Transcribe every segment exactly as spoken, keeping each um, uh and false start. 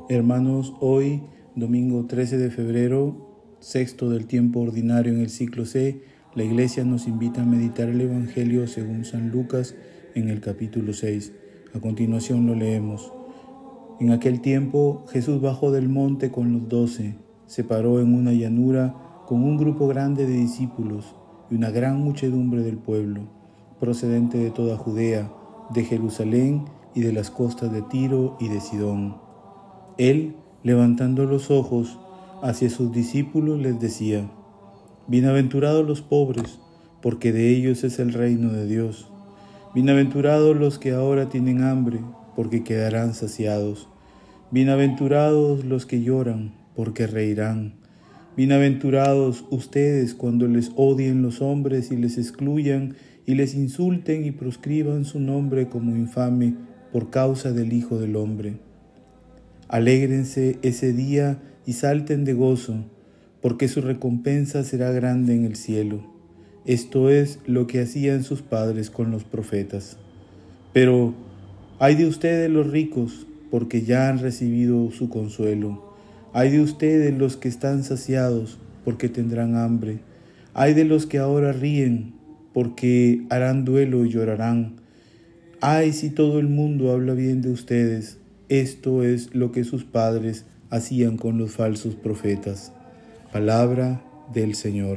Hermanos, hoy, domingo trece de febrero, sexto del tiempo ordinario en el ciclo C, la Iglesia nos invita a meditar el Evangelio según San Lucas en el capítulo seis. A continuación lo leemos. En aquel tiempo, Jesús bajó del monte con los doce, se paró en una llanura con un grupo grande de discípulos y una gran muchedumbre del pueblo, procedente de toda Judea, de Jerusalén y de las costas de Tiro y de Sidón. Él, levantando los ojos hacia sus discípulos, les decía: Bienaventurados los pobres, porque de ellos es el reino de Dios. Bienaventurados los que ahora tienen hambre, porque quedarán saciados. Bienaventurados los que lloran, porque reirán. Bienaventurados ustedes cuando les odien los hombres y les excluyan y les insulten y proscriban su nombre como infame por causa del Hijo del Hombre. Alégrense ese día y salten de gozo, porque su recompensa será grande en el cielo. Esto es lo que hacían sus padres con los profetas. Pero ay de ustedes los ricos, porque ya han recibido su consuelo. Ay de ustedes los que están saciados, porque tendrán hambre. Ay de los que ahora ríen, porque harán duelo y llorarán. Ay si todo el mundo habla bien de ustedes. Esto es lo que sus padres hacían con los falsos profetas. Palabra del Señor.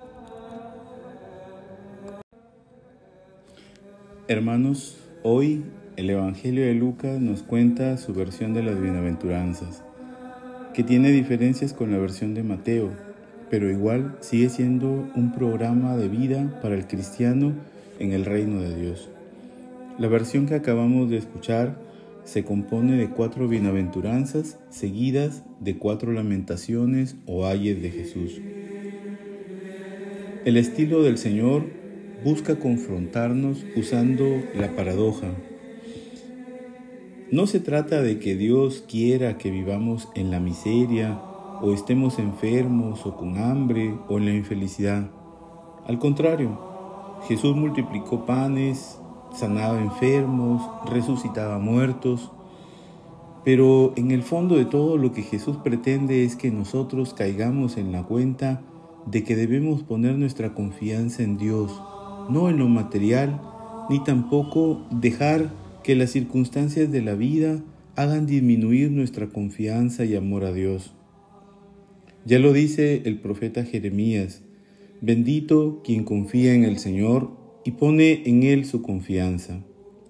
Hermanos, hoy el Evangelio de Lucas nos cuenta su versión de las bienaventuranzas, que tiene diferencias con la versión de Mateo, pero igual sigue siendo un programa de vida para el cristiano en el reino de Dios. La versión que acabamos de escuchar se compone de cuatro bienaventuranzas seguidas de cuatro lamentaciones o ayes de Jesús. El estilo del Señor busca confrontarnos usando la paradoja. No se trata de que Dios quiera que vivamos en la miseria o estemos enfermos o con hambre o en la infelicidad. Al contrario, Jesús multiplicó panes, sanaba enfermos, resucitaba muertos, pero en el fondo de todo lo que Jesús pretende es que nosotros caigamos en la cuenta de que debemos poner nuestra confianza en Dios, no en lo material, ni tampoco dejar que las circunstancias de la vida hagan disminuir nuestra confianza y amor a Dios. Ya lo dice el profeta Jeremías: bendito quien confía en el Señor y pone en Él su confianza.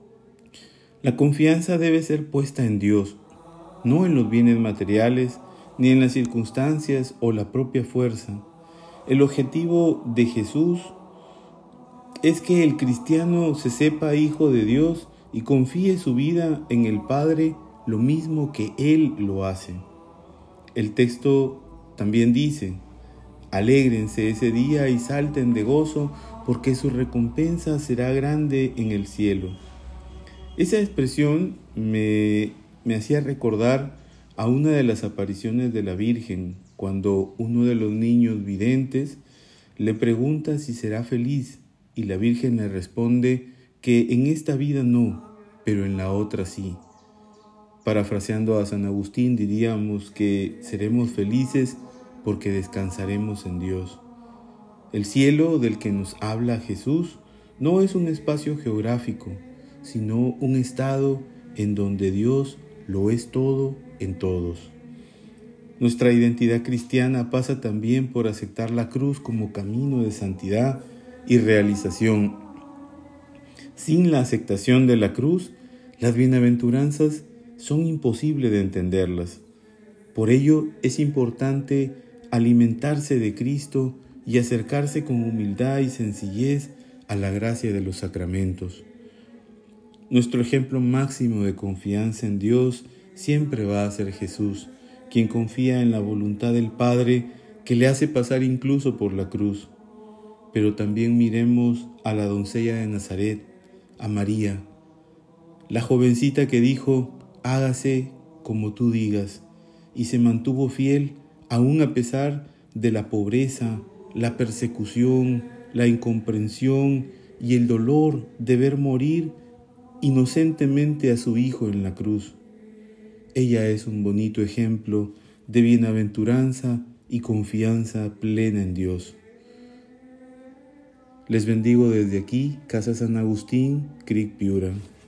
La confianza debe ser puesta en Dios, no en los bienes materiales, ni en las circunstancias o la propia fuerza. El objetivo de Jesús es que el cristiano se sepa hijo de Dios y confíe su vida en el Padre lo mismo que Él lo hace. El texto también dice: alégrense ese día y salten de gozo, porque su recompensa será grande en el cielo. Esa expresión me, me hacía recordar a una de las apariciones de la Virgen, cuando uno de los niños videntes le pregunta si será feliz, y la Virgen le responde que en esta vida no, pero en la otra sí. Parafraseando a San Agustín, diríamos que seremos felices porque descansaremos en Dios. El cielo del que nos habla Jesús no es un espacio geográfico, sino un estado en donde Dios lo es todo en todos. Nuestra identidad cristiana pasa también por aceptar la cruz como camino de santidad y realización. Sin la aceptación de la cruz, las bienaventuranzas son imposibles de entenderlas. Por ello es importante alimentarse de Cristo y acercarse con humildad y sencillez a la gracia de los sacramentos. Nuestro ejemplo máximo de confianza en Dios siempre va a ser Jesús, quien confía en la voluntad del Padre que le hace pasar incluso por la cruz. Pero también miremos a la doncella de Nazaret, a María, la jovencita que dijo: hágase como tú digas, y se mantuvo fiel aún a pesar de la pobreza, la persecución, la incomprensión y el dolor de ver morir inocentemente a su hijo en la cruz. Ella es un bonito ejemplo de bienaventuranza y confianza plena en Dios. Les bendigo desde aquí, Casa San Agustín, Creek Piura.